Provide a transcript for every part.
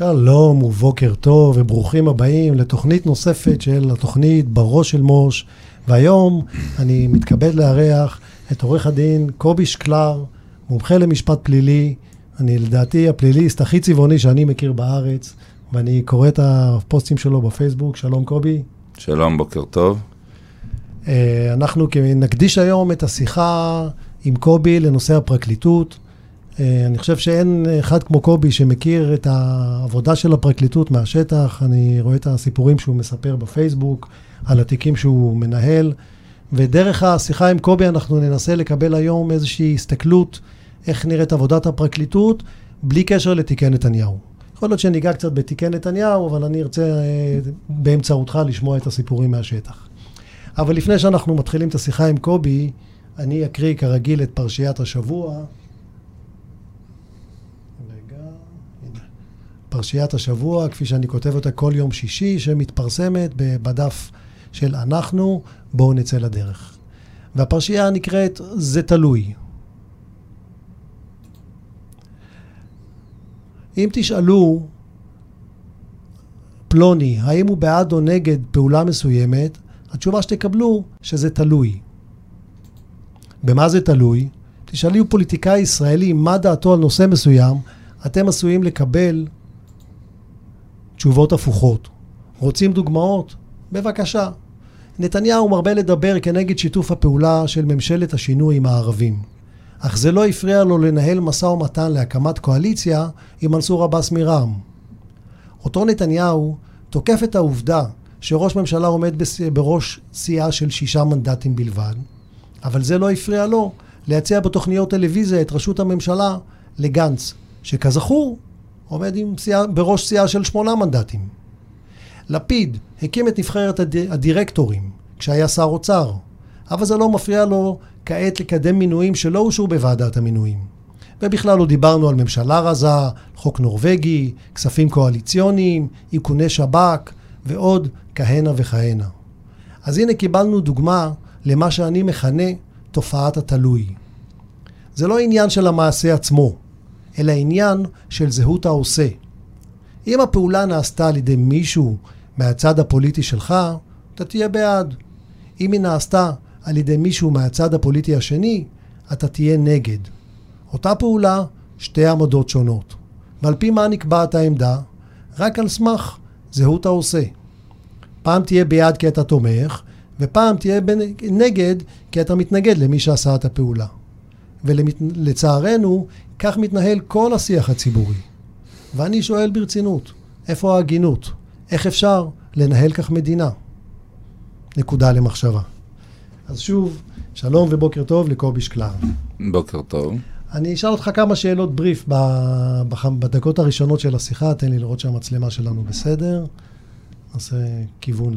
שלום ובוקר טוב וברוכים הבאים לתוכנית נוספת של התוכנית בראש של מוש, והיום אני מתכבד לארח את עורך הדין קובי שקלר, מומחה למשפט פלילי, אני לדעתי הפליליסט הכי צבעוני שאני מכיר בארץ, ואני קורא את הפוסטים שלו בפייסבוק. שלום קובי. שלום, בוקר טוב. אנחנו נקדיש היום את השיחה עם קובי לנושא הפרקליטות. אני חושב שאין אחד כמו קובי שמכיר את העבודה של הפרקליטות מהשטח. אני רואה את הסיפורים שהוא מספר בפייסבוק, על התיקים שהוא מנהל, ודרך השיחה עם קובי אנחנו ננסה לקבל היום איזושהי הסתכלות, איך נראית עבודת הפרקליטות, בלי קשר לתיקי נתניהו. יכול להיות שניגע קצת בתיקי נתניהו, אבל אני ארצה באמצעותך לשמוע את הסיפורים מהשטח. אבל לפני שאנחנו מתחילים את השיחה עם קובי, אני אקריא כרגיל את פרשיית השבוע. פרשיית השבוע, כפי שאני כותב אותה כל יום שישי, שמתפרסמת בדף של אנחנו, בואו נצא לדרך. והפרשייה נקראת זה תלוי. אם תשאלו פלוני, האם הוא בעד או נגד פעולה מסוימת, התשובה שתקבלו שזה תלוי. במה זה תלוי? תשאלו פוליטיקאי ישראלי מה דעתו על נושא מסוים, אתם עשויים לקבל תשובות הפוכות. רוצים דוגמאות? בבקשה. נתניהו מרבה לדבר כנגד שיתוף הפעולה של ממשלת השינוי עם הערבים. אך זה לא הפריע לו לנהל משא ומתן להקמת קואליציה עם מנסור עבאס מרע"מ. אותו נתניהו תוקף את העובדה שראש ממשלה עומד בראש סיעה של 6 מנדטים בלבד, אבל זה לא הפריע לו להציע בתוכניות טלוויזיה את ראשות הממשלה לגנץ, שכזכור עומד בראש סיעה של 8 מנדטים. לפיד הקים את נבחרת הדירקטורים כשהיה שר אוצר, אבל זה לא מפריע לו כעת לקדם מינויים שלא אושרו בוועדת המינויים. ובכלל לא דיברנו על ממשלה רזה, חוק נורווגי, כספים קואליציוניים, איכוני שב"כ ועוד כהנה וכהנה. אז הנה קיבלנו דוגמה למה שאני מכנה תופעת התלוי. זה לא עניין של המעשה עצמו, אלא עניין של זהות העושה. אם הפעולה נעשתה על ידי מישהו מהצד הפוליטי שלך, אתה תהיה בעד. אם היא נעשתה על ידי מישהו מהצד הפוליטי השני, אתה תהיה נגד. אותה פעולה, 2 עמדות שונות. ועל פי מה נקבעת העמדה? רק על סמך זהות העושה. פעם תהיה בעד כי אתה תומך, ופעם תהיה נגד כי אתה מתנגד למי שעשה את הפעולה. ולצערנו, כך מתנהל כל השיח הציבורי. ואני שואל ברצינות, איפה ההגינות? איך אפשר לנהל כך מדינה? נקודה למחשבה. אז שוב, שלום ובוקר טוב לקובי שקלר. בוקר טוב. אני אשאל אותך כמה שאלות בריף בדקות הראשונות של השיחה, תן לי לראות שהמצלמה שלנו בסדר. נעשה כיוון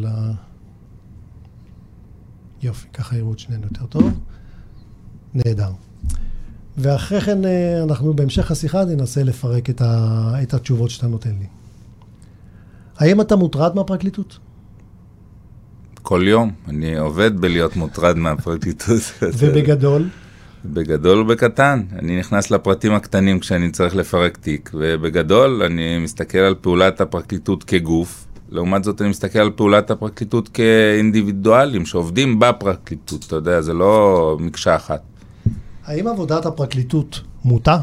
יופי, ככה יראו את שנינו יותר טוב. נהדר. ואחרי כן אנחנו בהמשך השיחה ננסה לפרק את התשובות שאתה נותן לי. האם אתה מוטרד מהפרקליטות? כל יום. אני עובד בלהיות מוטרד מהפרקליטות. ובגדול? בגדול ובקטן. אני נכנס לפרטים הקטנים כשאני צריך לפרק תיק, ובגדול אני מסתכל על פעולת הפרקליטות כגוף, לעומת זאת אני מסתכל על פעולת הפרקליטות כאינדיבידואלים שעובדים בפרקליטות, אתה יודע, זה לא מקשה אחת. האם עבודת הפרקליטות מוטה?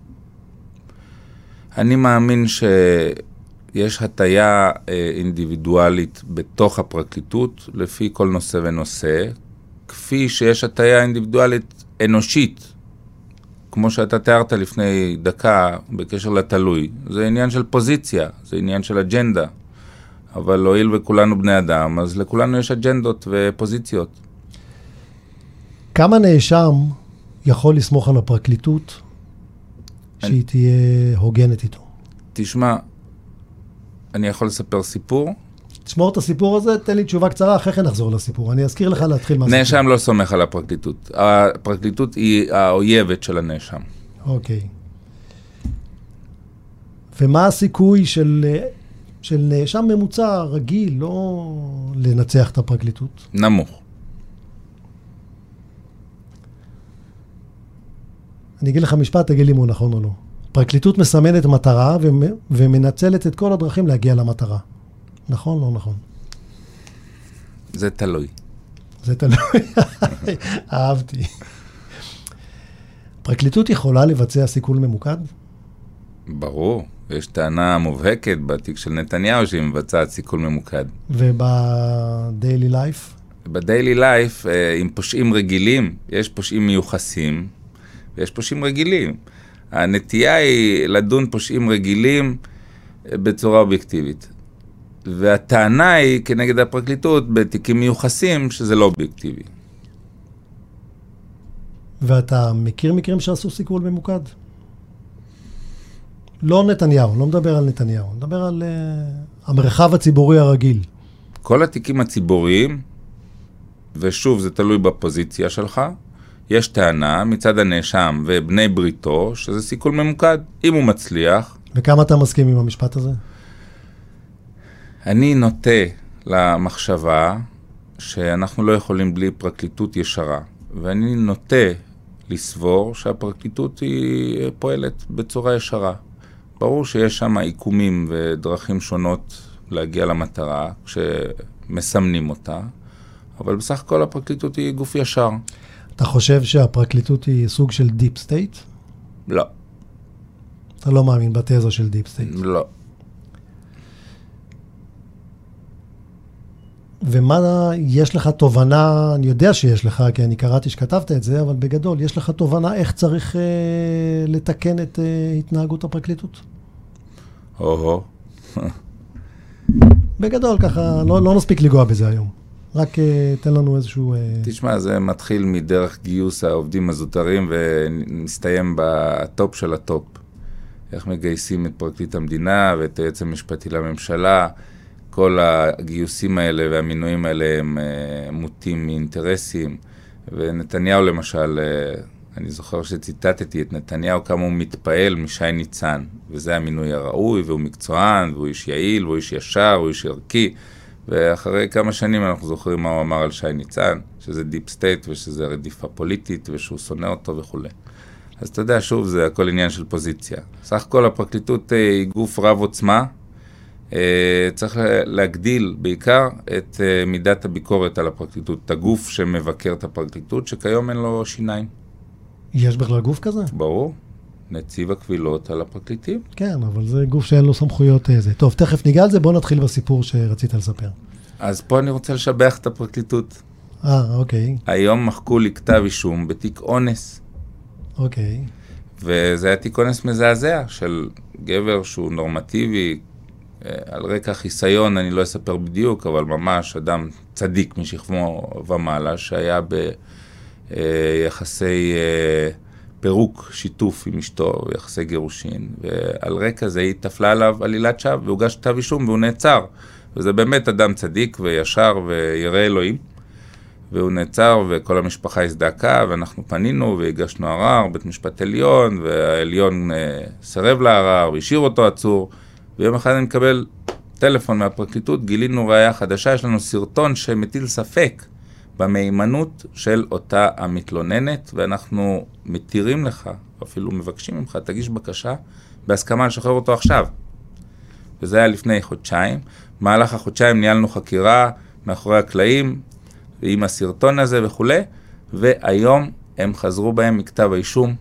אני מאמין שיש הטיה אינדיבידואלית בתוך הפרקליטות, לפי כל נושא ונושא, כפי שיש הטיה אינדיבידואלית אנושית, כמו שאתה תיארת לפני דקה בקשר לתלוי. זה עניין של פוזיציה, זה עניין של אג'נדה. אבל הואיל וכולנו בני אדם, אז לכולנו יש אג'נדות ופוזיציות. כמה נאשם יכול לסמוך על הפרקליטות שהיא תהיה הוגנת איתו? תשמע, אני יכול לספר סיפור? תשמור את הסיפור הזה, תן לי תשובה קצרה, אחרי כן נחזור לסיפור. אני אזכיר לך להתחיל מהסיפור. נאשם לא סומך על הפרקליטות. הפרקליטות היא האויבת של הנאשם. אוקיי. ומה הסיכוי של נאשם ממוצע רגיל, לא לנצח את הפרקליטות? נמוך. אני אגיד לך משפט, תגיד לי אם הוא נכון או לא. פרקליטות מסמנת מטרה ומנצלת את כל הדרכים להגיע למטרה. נכון? לא נכון. זה תלוי. זה תלוי. אהבתי. פרקליטות יכולה לבצע סיכול ממוקד? ברור. יש טענה מובהקת בתיק של נתניהו שהיא מבצעת סיכול ממוקד. ובדיילי לייף? בדיילי לייף, עם פושעים רגילים, יש פושעים מיוחסים, ויש פושעים רגילים. הנטייה היא לדון פושעים רגילים בצורה אובייקטיבית. והטענה היא כנגד הפרקליטות בתיקים מיוחסים שזה לא אובייקטיבי. ואתה מכיר מקרים שעשו סיכול ממוקד? לא נתניהו, לא מדבר על נתניהו, מדבר על המרחב הציבורי הרגיל. כל התיקים הציבוריים, ושוב זה תלוי בפוזיציה שלך, יש טענה מצד הנאשם ובני בריתו שזה סיכול ממוקד, אם הוא מצליח. וכמה אתה מסכים עם המשפט הזה? אני נוטה למחשבה שאנחנו לא יכולים בלי פרקליטות ישרה, ואני נוטה לסבור שהפרקליטות היא פועלת בצורה ישרה. ברור שיש שם עיקומים ודרכים שונות להגיע למטרה כשמסמנים אותה, אבל בסך הכל הפרקליטות היא גוף ישר. אתה חושב שהפרקליטות היא סוג של דיפ סטייט? לא. אתה לא מאמין בתזה של דיפ סטייט? לא. ומה יש לך תובנה, אני יודע שיש לך, כי אני קראתי שכתבת את זה, אבל בגדול, יש לך תובנה איך צריך לתקן את התנהגות הפרקליטות? בגדול, ככה, לא נספיק לגוע בזה היום. רק תן לנו איזשהו... תשמע, זה מתחיל מדרך גיוס העובדים הזוטרים, ומסתיים בטופ של הטופ. איך מגייסים את פרקליט המדינה ואת היועץ המשפטי לממשלה, כל הגיוסים האלה והמינויים האלה הם מוטים מאינטרסים, ונתניהו למשל, אני זוכר שציטטתי את נתניהו כמה הוא מתפעל משי ניצן, וזה המינוי הראוי, והוא מקצוען, והוא איש יעיל, והוא איש ישר, והוא איש ערכי, ואחרי כמה שנים אנחנו זוכרים מה הוא אמר על שי ניצן, שזה דיפ סטייט ושזה רדיפה פוליטית ושהוא שונא אותו וכו'. אז אתה יודע, שוב, זה הכל עניין של פוזיציה. סך הכל הפרקליטות היא גוף רב עוצמה, צריך להגדיל בעיקר את מידת הביקורת על הפרקליטות, את הגוף שמבקר את הפרקליטות, שכיום אין לו שיניים. יש בכלל גוף כזה? ברור, נציב הקבילות על הפרקליטים. כן, אבל זה גוף שאין לו סמכויות איזה. טוב, תכף ניגע על זה, בוא נתחיל בסיפור שרצית לספר. אז פה אני רוצה לשבח את הפרקליטות. אוקיי. היום מחקו לי כתב אישום בתיק אונס. אוקיי. וזה היה תיק אונס מזעזע של גבר שהוא נורמטיבי, על רקע חיסיון, אני לא אספר בדיוק, אבל ממש אדם צדיק משכמו ומעלה, שהיה ביחסי פירוק, שיתוף עם אשתו, יחסי גירושין, ועל רקע זה היא תפלה עליו עלילת שווא, והוגש כתב אישום, והוא נעצר. וזה באמת אדם צדיק וישר וירא אלוהים, והוא נעצר, וכל המשפחה הזדעקה, ואנחנו פנינו והגשנו ערר, בית משפט עליון, והעליון סרב לערר, והשאיר אותו עצור, ויום אחד אני מקבל טלפון מהפרקליטות, גילינו ראיה חדשה, יש לנו סרטון שמטיל ספק במהימנות של אותה המתלוננת, ואנחנו מתירים לך, אפילו מבקשים ממך, תגיש בקשה בהסכמה לשחרר אותו עכשיו. וזה היה לפני חודשיים. במהלך החודשיים ניהלנו חקירה מאחורי הקלעים, עם הסרטון הזה וכו', והיום הם חזרו בהם מכתב האישום,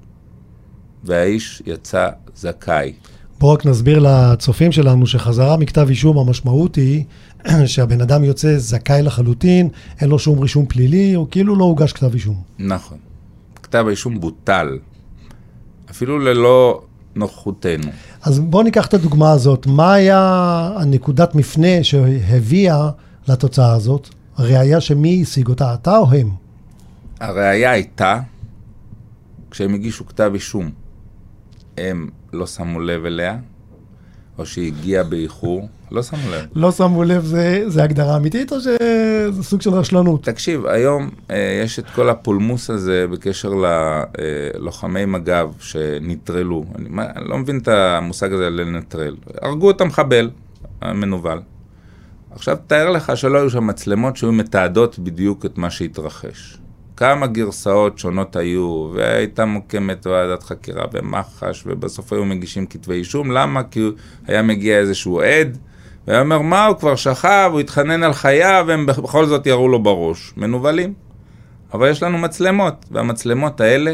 והאיש יצא זכאי. בואו רק נסביר לצופים שלנו שחזרה מכתב אישום, המשמעות היא שהבן אדם יוצא זכאי לחלוטין, אין לו שום רישום פלילי, או כאילו לא הוגש כתב אישום. נכון. כתב האישום בוטל, אפילו ללא נוכחותנו. אז בואו ניקח את הדוגמה הזאת. מה היה הנקודת מפנה שהביאה לתוצאה הזאת? הראיה שמי השיג אותה, אתה או הם? הראיה הייתה, כשהם הגישו כתב אישום, הם לא שמו לב אליה, או שהגיע באיחור, לא שמו לב. לא שמו לב, זה הגדרה אמיתית, או שזה סוג של רשלנות? תקשיב, היום יש את כל הפולמוס הזה בקשר ללוחמי מג"ב שנטרלו. אני לא מבין את המושג הזה לנטרל. הרגו את המחבל, המנובל. עכשיו תאר לך שלא היו שם מצלמות שהיו מתעדות בדיוק את מה שהתרחש. כמה גרסאות שונות היו, והייתה מוקמת ועדת חקירה במח"ש, ובסוף היו מגישים כתבי אישום. למה? כי היה מגיע איזשהו עד, והיה אומר, מה, הוא כבר שכב, הוא התחנן על חייו, והם בכל זאת יראו לו בראש. מנובלים. אבל יש לנו מצלמות, והמצלמות האלה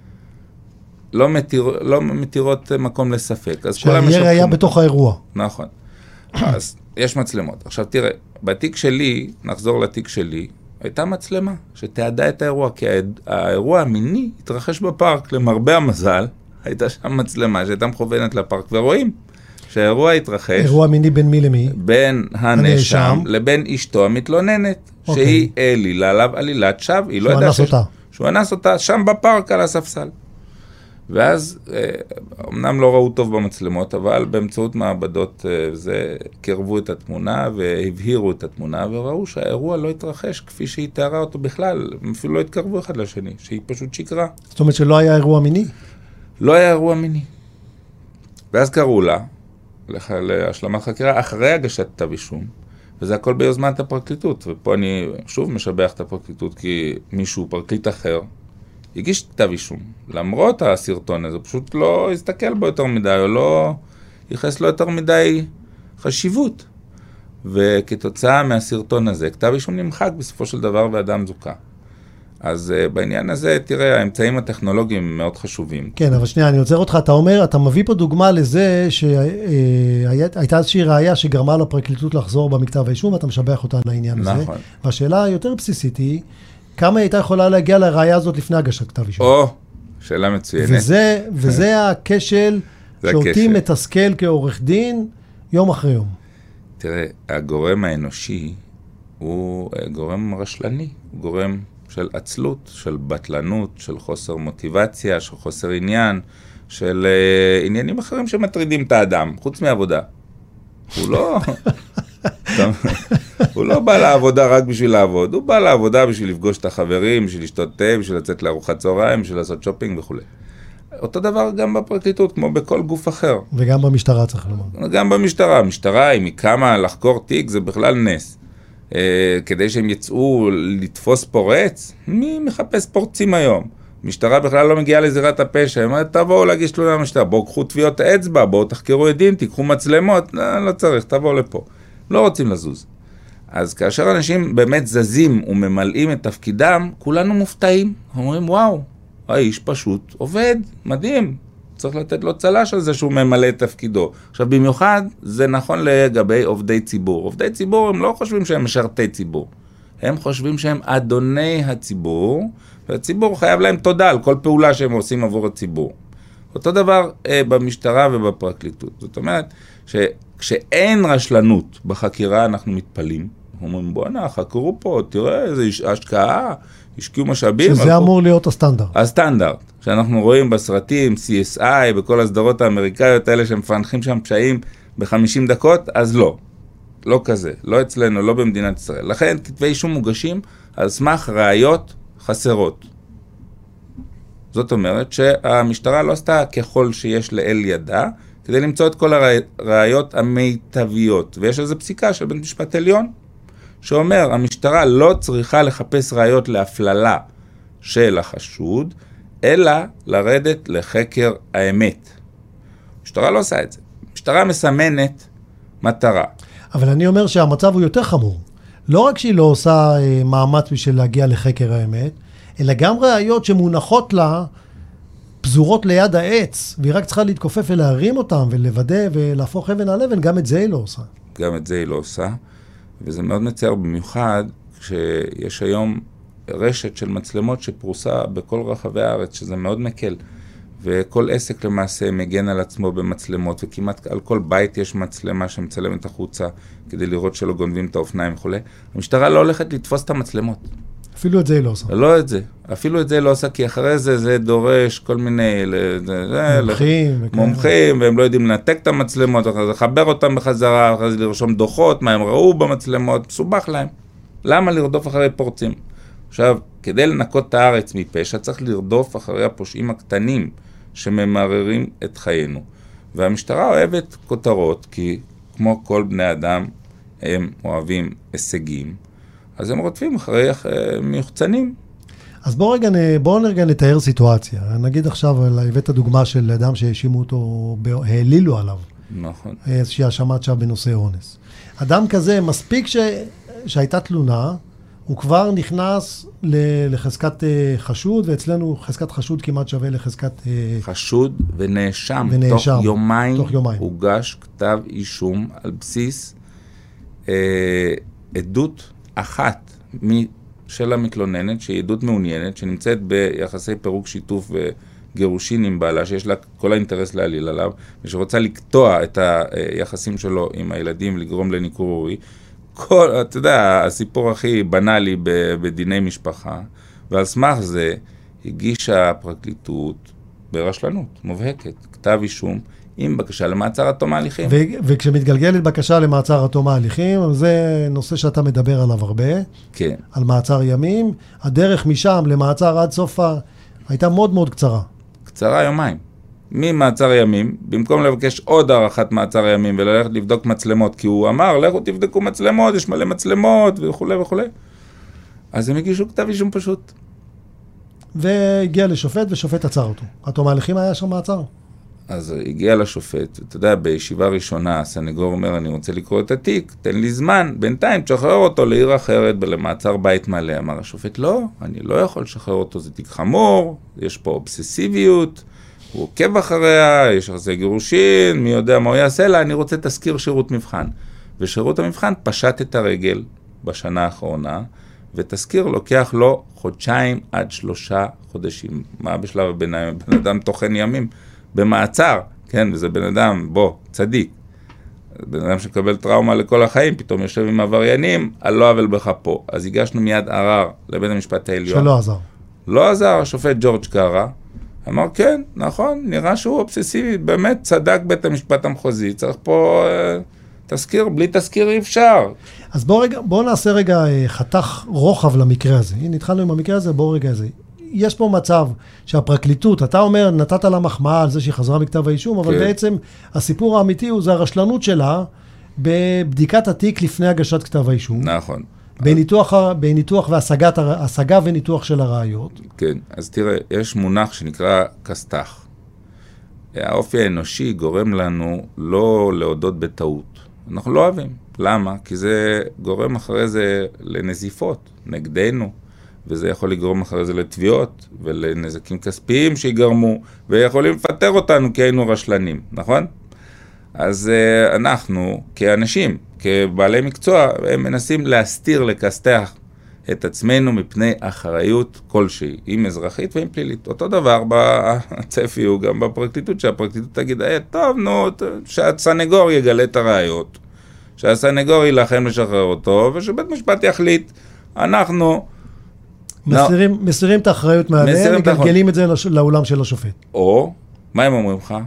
לא מתירות מקום לספק. שהירי היה בתוך האירוע. נכון. אז יש מצלמות. עכשיו תראה, בתיק שלי, נחזור לתיק שלי, הייתה מצלמה שתיעדה את האירוע, כי האירוע המיני התרחש בפארק, למרבה המזל, הייתה שם מצלמה שהייתה מכוונת לפארק, ורואים שהאירוע התרחש. אירוע מיני בין מי למי? בין הנאשם לבין אשתו המתלוננת, שהיא העלילה עליו עלילת שווא, היא לא ידעה שהוא אנס אותה שם בפארק על הספסל. ואז, אמנם לא ראו טוב במצלמות, אבל באמצעות מעבדות זה קרבו את התמונה והבהירו את התמונה, וראו שהאירוע לא התרחש כפי שהיא תיארה אותו בכלל, הם אפילו לא התקרבו אחד לשני, שהיא פשוט שקרה. זאת אומרת שלא היה אירוע מיני? לא היה אירוע מיני. ואז קראו לה, להשלמת חקירה, אחרי הגשת כתב אישום, וזה הכל ביוזמת הפרקליטות, ופה אני שוב משבח את הפרקליטות, כי מישהו, פרקליט אחר, הגיש כתב אישום, למרות הסרטון הזה, פשוט לא הסתכל בו יותר מדי, או לא ייחס לו יותר מדי חשיבות. וכתוצאה מהסרטון הזה, כתב אישום נמחק בסופו של דבר ואדם זוכה. אז בעניין הזה, תראה, האמצעים הטכנולוגיים מאוד חשובים. כן, אבל שנייה, אני עוצר אותך, אתה מביא פה דוגמה לזה שהייתה איזושהי ראייה שגרמה לפרקליטות לחזור במכתב האישום, ואתה משבח אותה על העניין הזה. נכון. והשאלה היותר בסיסית היא, כמה הייתה יכולה להגיע לראייה הזאת לפני הגשת כתב אישום? שאלה מצוינת. וזה הכשל שאותי מתסכל כעורך דין יום אחרי יום. תראה, הגורם האנושי הוא גורם רשלני, הוא גורם של עצלות, של בטלנות, של חוסר מוטיבציה, של חוסר עניין, של עניינים אחרים שמטרידים את האדם, חוץ מעבודה. הוא לא בא לעבודה רק בשביל לעבוד, הוא בא לעבודה בשביל לפגוש את החברים, בשביל לשתות תה, בשביל לצאת לארוחת צהריים, בשביל לעשות שופינג וכו'. אותו דבר גם בפרקליטות, כמו בכל גוף אחר. וגם במשטרה צריך לומר. גם במשטרה. המשטרה, אם היא קמה לחקור תיק, זה בכלל נס. כדי שהם יצאו לתפוס פורץ, מי מחפש פורצים היום? משטרה בכלל לא מגיעה לזירת הפשע, היא אומרת, תבואו להגיש תלונה למשטרה, בואו קחו טביעות אצבע, בואו תחקרו עדים, תיקחו מצלמות, לא צריך, תבואו לפה. לא רוצים לזוז. אז כאשר אנשים באמת זזים וממלאים את תפקידם, כולנו מופתעים. אומרים, וואו, האיש פשוט עובד, מדהים. צריך לתת לו צלש על זה שהוא ממלא את תפקידו. עכשיו, במיוחד, זה נכון לגבי עובדי ציבור. עובדי ציבור הם לא חושבים שהם משרתי ציבור. הם חושבים שהם אדוני הציבור, והציבור חייב להם תודה על כל פעולה שהם עושים עבור הציבור. אותו דבר במשטרה ובפרקליטות. זאת אומרת, כשאין רשלנות בחקירה, אנחנו מתפלים. אומרים, בוא'נה, חקרו פה, תראה איזה השקעה, השקיעו משאבים. שזה אמור להיות הסטנדרט. הסטנדרט, שאנחנו רואים בסרטים, CSI, בכל הסדרות האמריקאיות האלה שמפענחים שם פשעים ב-50 דקות, אז לא. לא כזה, לא אצלנו, לא במדינת ישראל. לכן כתבי אישום מוגשים על סמך ראיות חסרות. זאת אומרת שהמשטרה לא עשתה ככל שיש לאל ידה, כדי למצוא את כל הראיות המיטביות. ויש איזו פסיקה של בית משפט עליון, שאומר, המשטרה לא צריכה לחפש ראיות להפללה של החשוד, אלא לרדת לחקר האמת. המשטרה לא עושה את זה. המשטרה מסמנת מטרה. אבל אני אומר שהמצב הוא יותר חמור. לא רק שהיא לא עושה מאמץ בשביל להגיע לחקר האמת, אלא גם ראיות שמונחות לה פזורות ליד העץ, והיא רק צריכה להתכופף ולהרים אותם ולוודא ולהפוך אבן על אבן, גם את זה היא לא עושה. גם את זה היא לא עושה, וזה מאוד מצער במיוחד כשיש היום רשת של מצלמות שפרוסה בכל רחבי הארץ, שזה מאוד מקל, וכל עסק למעשה מגן על עצמו במצלמות, וכמעט על כל בית יש מצלמה שמצלמת החוצה כדי לראות שלא גונבים את האופניים וכו'. המשטרה לא הולכת לתפוס את המצלמות. אפילו את זה היא לא עושה. לא את זה. אפילו את זה לא עושה, כי אחרי זה זה דורש כל מיני מומחים, והם לא יודעים לנתק את המצלמות, אחרי זה לחבר אותם בחזרה, אחרי זה לרשום דוחות, מה הם ראו במצלמות, מסובך להם. למה לרדוף אחרי פורצים? עכשיו, כדי לנקות את הארץ מפשע, צריך לרדוף אחרי הפושעים הקטנים שממררים את חיינו. והמשטרה אוהבת כותרות, כי כמו כל בני אדם, הם אוהבים הישגים. אז הם רודפים אחרי מיוחצנים. אז בואו רגע נתאר סיטואציה. נגיד עכשיו, הבאת דוגמה של אדם שהאשימו אותו, העלילו עליו. נכון. איזושהי האשמת שווא בנושא אונס. אדם כזה, מספיק שהייתה תלונה, הוא כבר נכנס לחזקת חשוד, ואצלנו חזקת חשוד כמעט שווה לחזקת... חשוד ונאשם. תוך יומיים הוגש כתב אישום על בסיס עדות אחת של המתלוננת, שהיא עדות מעוניינת, שנמצאת ביחסי פירוק שיתוף וגירושין עם בעלה, שיש לה כל האינטרס להעליל עליו, ושרוצה לקטוע את היחסים שלו עם הילדים, לגרום לניכור הורי. אתה יודע, הסיפור הכי בנאלי בדיני משפחה, ועל סמך זה הגישה הפרקליטות ברשלנות מובהקת, כתב אישום, עם בקשה למעצר עד תום ההליכים. וכשמתגלגלת בקשה למעצר עד תום ההליכים, זה נושא שאתה מדבר עליו הרבה, כן. על מעצר ימים, הדרך משם למעצר עד סופה הייתה מאוד מאוד קצרה. קצרה יומיים. ממעצר ימים, במקום לבקש עוד הארכת מעצר ימים וללכת לבדוק מצלמות, כי הוא אמר, לכו תבדקו מצלמות, יש מלא מצלמות וכו' וכו'. אז הם הגישו כתב אישום פשוט. והגיע לשופט ושופט עצר אותו. עד תום ההליכים היה שם מעצר. אז הגיע לשופט, אתה יודע, בישיבה ראשונה, הסנגור אומר, אני רוצה לקרוא את התיק, תן לי זמן, בינתיים תשחרר אותו לעיר אחרת ולמעצר בית מלא. אמר השופט, לא, אני לא יכול לשחרר אותו, זה תיק חמור, יש פה אובססיביות, הוא עוקב אחריה, יש אחרי גירושין, מי יודע מה הוא יעשה לה, אני רוצה תזכיר שירות מבחן. ושירות המבחן פשט את הרגל בשנה האחרונה, ותזכיר לוקח לו 2 עד 3 חודשים. מה בשלב הביניים? בן אדם תוכן ימים במעצר, כן, וזה בן אדם, צדיק. בן אדם שקבל טראומה לכל החיים, פתאום יושב עם עבריינים, על לא עוול בכפו. אז הגשנו מיד ערר לבית המשפט העליון. שלא עזר. לא עזר, השופט ג'ורג' קארה, אמר, כן, נכון, נראה שהוא אובססיבי, באמת צדק בית המשפט המחוזי, צריך פה תזכיר, בלי תזכיר אי אפשר. אז בואו נעשה רגע חתך רוחב למקרה הזה. הנה, התחלנו עם המקרה הזה, בואו רגע זה. יש פה מצב שהפרקליטות, אתה אומר, נתת לה מחמאה על זה שהיא חזרה מכתב האישום, אבל בעצם הסיפור האמיתי הוא, זה הרשלנות בבדיקת התיק לפני הגשת כתב האישום. נכון. בניתוח והשגה וניתוח של הראיות. כן, אז תראה, יש מונח שנקרא כסת"ח. האופי האנושי גורם לנו לא להודות בטעות. אנחנו לא אוהבים. למה? כי זה גורם אחרי זה לנזיפות נגדנו, וזה יכול לגרום אחרי זה לתביעות ולנזקים כספיים שיגרמו, ויכולים לפטר אותנו כי היינו רשלנים, נכון? אז אנחנו כאנשים, כבעלי מקצוע, הם מנסים להסתיר, לכסתח את עצמנו מפני אחריות כלשהי, עם אזרחית ועם פלילית. אותו דבר בצפי הוא גם בפרקליטות, שהפרקליטות תגיד, טוב, נו, שהסנגור יגלה את הראיות, שהסנגור ילחם לשחרר אותו, ושבית משפט יחליט, אנחנו... מסירים את האחריות מעליהם, מגלגלים את זה לאולם של השופט. או, מה הם אומרים לך?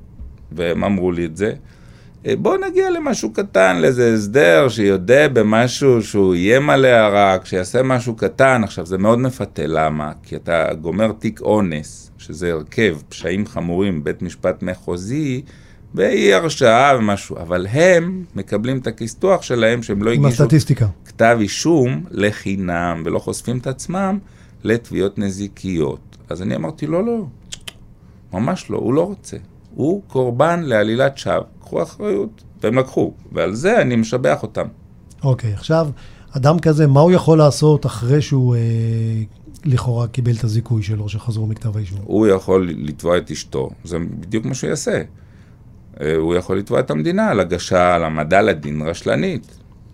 והם אמרו לי את זה, בוא נגיע למשהו קטן, לאיזה הסדר שיודע במשהו שהוא יהיה מלא הרק, שיעשה משהו קטן. עכשיו זה מאוד מפתה, למה? כי אתה גומר תיק אונס, שזה הרכב, פשעים חמורים, בית משפט מחוזי, ואי הרשעה ומשהו, אבל הם מקבלים את הכסתוח שלהם, שהם לא הגישו כתב אישום לחינם, ולא חושפים את עצמם לתביעות נזיקיות. אז אני אמרתי, לא, ממש לא, הוא לא רוצה. הוא קורבן לעלילת שווא, קחו אחריות, והם לקחו, ועל זה אני משבח אותם. אוקיי, עכשיו, אדם כזה, מה הוא יכול לעשות אחרי שהוא לכאורה קיבל את הזיכוי שלו, שחזרו מכתב האישום? הוא יכול לתבוע את אשתו, זה בדיוק מה שהוא יעשה. הוא יכול לתבוע את המדינה על הגשה, על העמדה לדין רשלנית.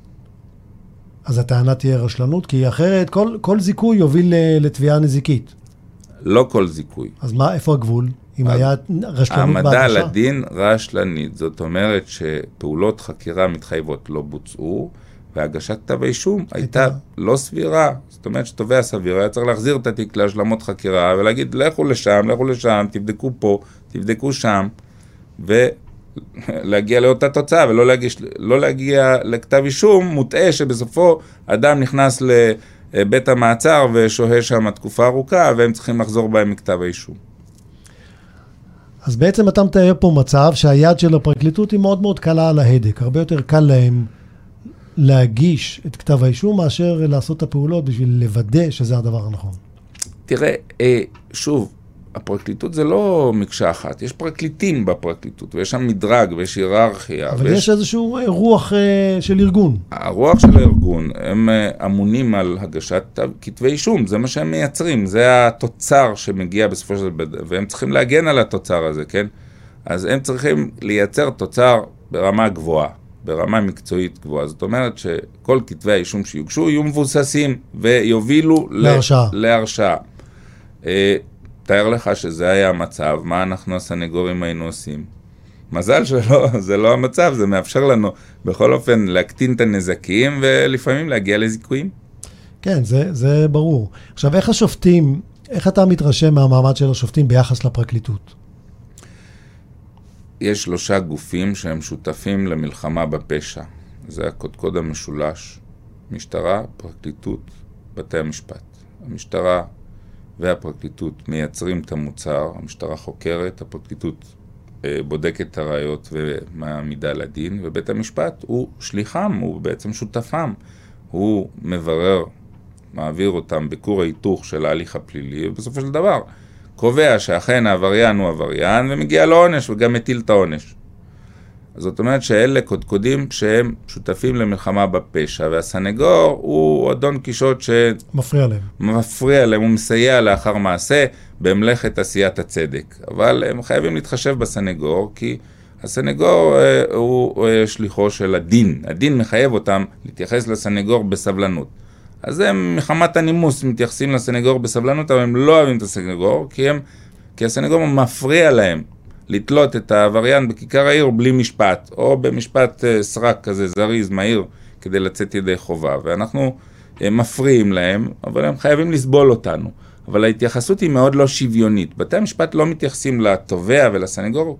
אז הטענה תהיה רשלנות, כי אחרת כל זיכוי יוביל לתביעה נזיקית. לא כל זיכוי. אז איפה הגבול? אם היה רשלנות בהגשה? העמדה לדין רשלנית, זאת אומרת שפעולות חקירה מתחייבות לא בוצעו, והגשת כתב האישום הייתה לא סבירה. זאת אומרת שתובע סביר, היה צריך להחזיר את התיק להשלמות חקירה, ולהגיד, לכו לשם, תבדקו פה, תבדקו שם, ולהגיע לאותה תוצאה, ולא להגיע לכתב אישום מוטעה שבסופו אדם נכנס לבית המעצר ושוהה שם תקופה ארוכה, והם צריכים לחזור בהם מכתב האישום. אז בעצם אתה מתאר פה מצב שהיד של הפרקליטות היא מאוד מאוד קלה על ההדק. הרבה יותר קל להם להגיש את כתב האישום מאשר לעשות את הפעולות בשביל לוודא שזה הדבר הנכון. תראה, שוב, הפרקליטות זה לא מקשה אחת, יש פרקליטים בפרקליטות, ויש שם מדרג, ויש היררכיה. אבל יש איזשהו רוח של ארגון. הרוח של הארגון, הם אמונים על הגשת כתבי אישום, זה מה שהם מייצרים, זה התוצר שמגיע בסופו של דבר, והם צריכים להגן על התוצר הזה, כן? אז הם צריכים לייצר תוצר ברמה גבוהה, ברמה מקצועית גבוהה. זאת אומרת שכל כתבי האישום שיוגשו יהיו מבוססים ויובילו להרשעה. תאר לך שזה היה המצב, מה אנחנו הסנגורים היינו עושים? מזל שלא, זה לא המצב, זה מאפשר לנו בכל אופן להקטין את הנזקים ולפעמים להגיע לזיכויים. כן, זה ברור. עכשיו, איך השופטים, איך אתה מתרשם מהמעמד של השופטים ביחס לפרקליטות? יש 3 גופים שהם שותפים למלחמה בפשע. זה הקודקוד המשולש, משטרה, פרקליטות, בתי המשפט. המשטרה והפרקליטות מייצרים את המוצר, המשטרה חוקרת, הפרקליטות בודקת את הראיות ומעמידה לדין, ובית המשפט הוא שליחם, הוא בעצם שותפם. הוא מברר, מעביר אותם בקור ההיתוך של ההליך הפלילי, ובסופו של דבר קובע שאכן העבריין הוא עבריין, ומגיע לו עונש וגם מטיל את העונש. אז זאת אומרת שאלה קודקודים שהם שותפים למלחמה בפשע, והסנגור הוא אדון קישוט שמפריע להם. מפריע להם, הוא מסייע לאחר מעשה במלאכת עשיית הצדק. אבל הם חייבים להתחשב בסנגור, כי הסנגור הוא שליחו של הדין. הדין מחייב אותם להתייחס לסנגור בסבלנות. אז הם מחמת הנימוס מתייחסים לסנגור בסבלנות, אבל הם לא אוהבים את הסנגור, כי הסנגור מפריע להם לתלות את העבריין בכיכר העיר בלי משפט, או במשפט סרק כזה זריז, מהיר, כדי לצאת ידי חובה. ואנחנו מפריעים להם, אבל הם חייבים לסבול אותנו. אבל ההתייחסות היא מאוד לא שוויונית. בתי המשפט לא מתייחסים לתובע ולסנגור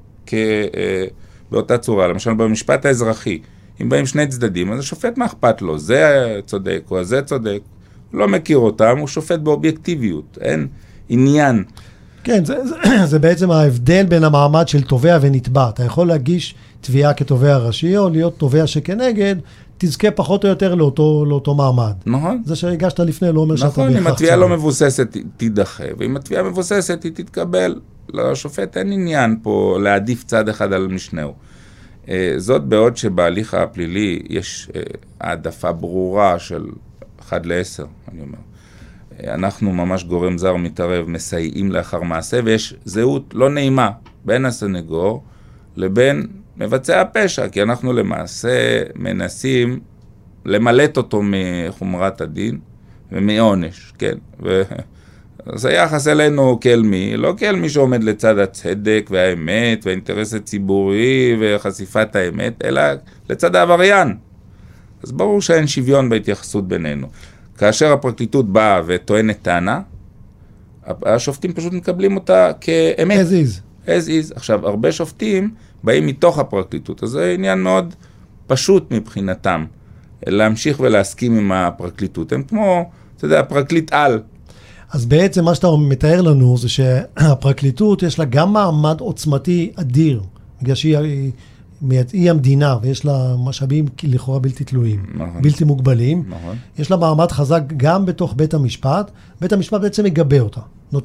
באותה צורה. למשל, במשפט האזרחי, אם באים 2 צדדים, אז השופט מה אכפת לו? זה צודק או זה צודק. הוא לא מכיר אותם, הוא שופט באובייקטיביות. אין עניין. כן, זה בעצם ההבדל בין המעמד של תובע ונתבע. אתה יכול להגיש תביעה כתובע ראשי, או להיות תובע שכנגד, תזכה פחות או יותר לאותו מעמד. נכון. זה שהגשת לפני לא אומר שאתה בהכרח נכון, אם התביעה לא מבוססת, תידחה, ואם התביעה מבוססת, היא תתקבל. לשופט אין עניין פה להעדיף צד אחד על משנהו. זאת בעוד שבהליך הפלילי יש העדפה ברורה של 1-10, אני אומר. אנחנו ממש גורם זר מתערב, מסייעים לאחר מעשה, ויש זהות לא נעימה בין הסנגור לבין מבצע הפשע, כי אנחנו למעשה מנסים למלט אותו מחומרת הדין ומעונש, כן? אז היחס אלינו כאל מי? לא כאל מי שעומד לצד הצדק והאמת והאינטרס הציבורי וחשיפת האמת, אלא לצד העבריין. אז ברור שאין שוויון בהתייחסות בינינו. כאשר הפרקליטות באה וטוענת טענה, השופטים פשוט מקבלים אותה כאמת. as is. as is. עכשיו, הרבה שופטים באים מתוך הפרקליטות, אז זה עניין מאוד פשוט מבחינתם, להמשיך ולהסכים עם הפרקליטות. הם כמו, אתה יודע, פרקליט על. אז בעצם מה שאתה מתאר לנו זה שהפרקליטות יש לה גם מעמד עוצמתי אדיר, בגלל שהיא המדינה ויש לה משאבים לכאורה בלתי תלויים, בלתי מוגבלים. יש לה מעמד חזק גם בתוך בית המשפט, בית המשפט בעצם מגבה אותה,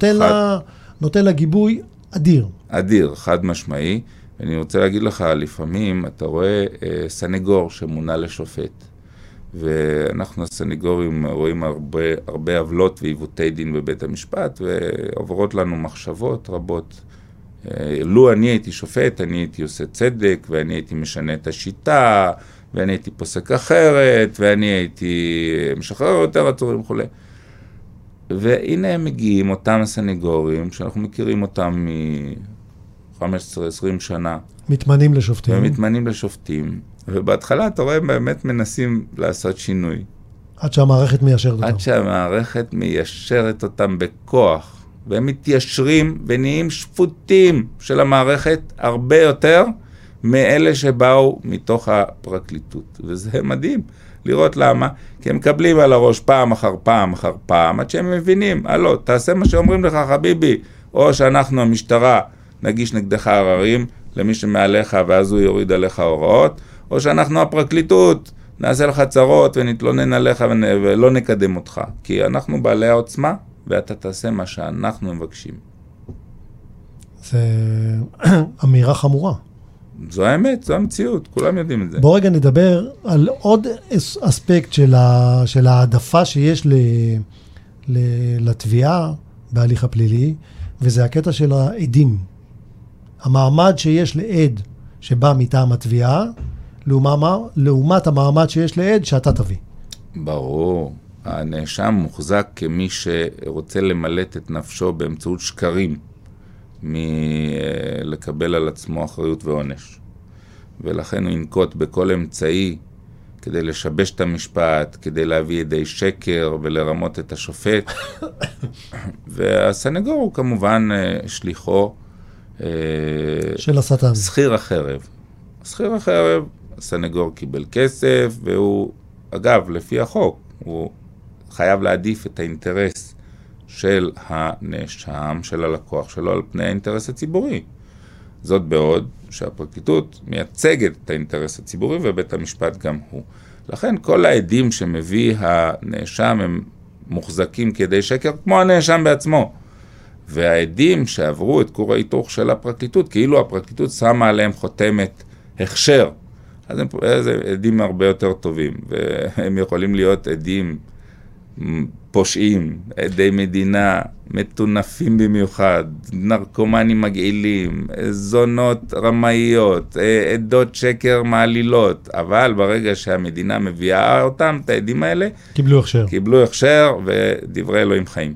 נותן לה גיבוי אדיר. אדיר, חד משמעי. אני רוצה להגיד לך, לפעמים אתה רואה סנגור שמונה לשופט, ואנחנו הסנגורים רואים הרבה עוולות ועיוותי דין בבית המשפט, ועוברות לנו מחשבות רבות. לו אני הייתי שופט, אני הייתי עושה צדק, ואני הייתי משנה את השיטה, ואני הייתי פוסק אחרת, ואני הייתי משחרר יותר עצורים וכו'. והנה הם מגיעים, אותם הסנגורים, שאנחנו מכירים אותם מ-15-20 שנה. מתמנים לשופטים. ומתמנים לשופטים. ובהתחלה אתה רואה, הם באמת מנסים לעשות שינוי. עד שהמערכת מיישרת אותם. עד שהמערכת מיישרת אותם בכוח. והם מתיישרים ונהיים שפוטים של המערכת הרבה יותר מאלה שבאו מתוך הפרקליטות. וזה מדהים לראות למה. כי הם מקבלים על הראש פעם אחר פעם אחר פעם, עד שהם מבינים, הלו, תעשה מה שאומרים לך חביבי, או שאנחנו המשטרה נגיש נגדך עררים למי שמעליך ואז הוא יוריד עליך הוראות, או שאנחנו הפרקליטות נעשה לך צרות ונתלונן עליך ולא נקדם אותך. כי אנחנו בעלי העוצמה ואתה תעשה מה שאנחנו מבקשים. זה אמירה חמורה. זו האמת, זו המציאות, כולם יודעים את זה. בוא רגע נדבר על עוד אספקט של העדפה שיש לתביעה בהליך הפלילי, וזה הקטע של העדים. המעמד שיש לעד שבא מטעם התביעה, לעומת המעמד שיש לעד שאתה תביא. ברור. הנאשם מוחזק כמי שרוצה למלט את נפשו באמצעות שקרים מלקבל על עצמו אחריות ועונש. ולכן הוא ינקוט בכל אמצעי כדי לשבש את המשפט, כדי להביא ידי שקר ולרמות את השופט. והסנגור הוא כמובן שליחו של השטן. שכיר החרב. שכיר החרב, הסנגור קיבל כסף, והוא, אגב, לפי החוק, הוא חייב להעדיף את האינטרס של הנאשם, של הלקוח שלו, על פני האינטרס הציבורי. זאת בעוד שהפרקליטות מייצגת את האינטרס הציבורי, ובית המשפט גם הוא. לכן כל העדים שמביא הנאשם הם מוחזקים כדי שקר, כמו הנאשם בעצמו. והעדים שעברו את כור ההיתוך של הפרקליטות, כאילו הפרקליטות שמה עליהם חותמת הכשר, אז הם עדים הרבה יותר טובים, והם יכולים להיות עדים פושעים, עדי מדינה, מטונפים במיוחד, נרקומנים מגעילים, זונות רמאיות, עדות שקר מעלילות, אבל ברגע שהמדינה מביאה אותם, את העדים האלה, קיבלו הכשר ודברי אלוהים חיים.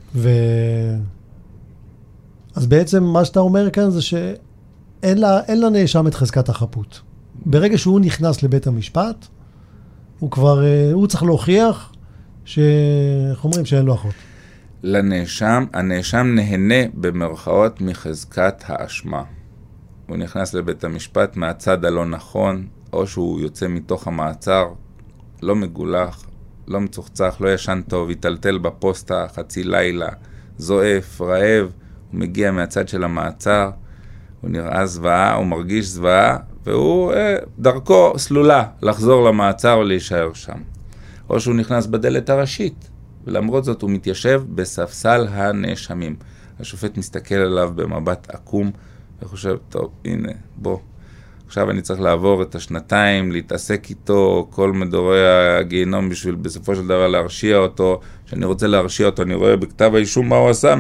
אז בעצם מה שאתה אומר כאן זה שאין לנאשם את חזקת החפות. ברגע שהוא נכנס לבית המשפט, הוא צריך להוכיח איך אומרים שאין לו אחות. הנאשם נהנה במרכאות מחזקת האשמה. הוא נכנס לבית המשפט מהצד הלא נכון, או שהוא יוצא מתוך המעצר, לא מגולח, לא מצוחצח, לא ישן טוב, יטלטל בפוסטה חצי לילה, זועף, רעב, הוא מגיע מהצד של המעצר, הוא נראה זוועה, הוא מרגיש זוועה, והוא דרכו סלולה לחזור למעצר ולהישאר שם. או שהוא נכנס בדלת הראשית, ולמרות זאת הוא מתיישב בספסל הנאשמים. השופט מסתכל עליו במבט עקום, וחושב, טוב, הנה, בוא. עכשיו אני צריך לעבור את השנתיים, להתעסק איתו, כל מדורי הגיהנום בשביל בסופו של דבר להרשיע אותו. כשאני רוצה להרשיע אותו, אני רואה בכתב האישום מה הוא עשה,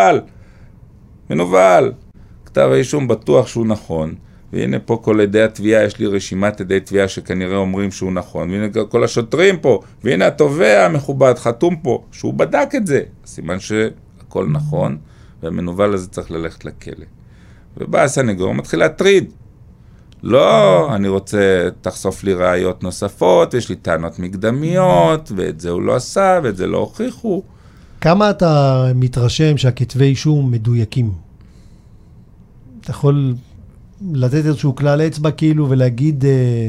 מנוול. כתב האישום בטוח שהוא נכון. והנה פה כל עדי התביעה, יש לי רשימת עדי תביעה שכנראה אומרים שהוא נכון. והנה כל השוטרים פה, והנה התובע המכובד חתום פה, שהוא בדק את זה. סימן שהכל נכון, והמנוול הזה צריך ללכת לכלא. ובא הסנגור, מתחיל להטריד. לא, אני רוצה, תחשוף לי ראיות נוספות, יש לי טענות מקדמיות, ואת זה הוא לא עשה, ואת זה לא הוכיחו. כמה אתה מתרשם שהכתבי אישום מדויקים? אתה יכול לתת איזשהו כלל אצבע כאילו ולהגיד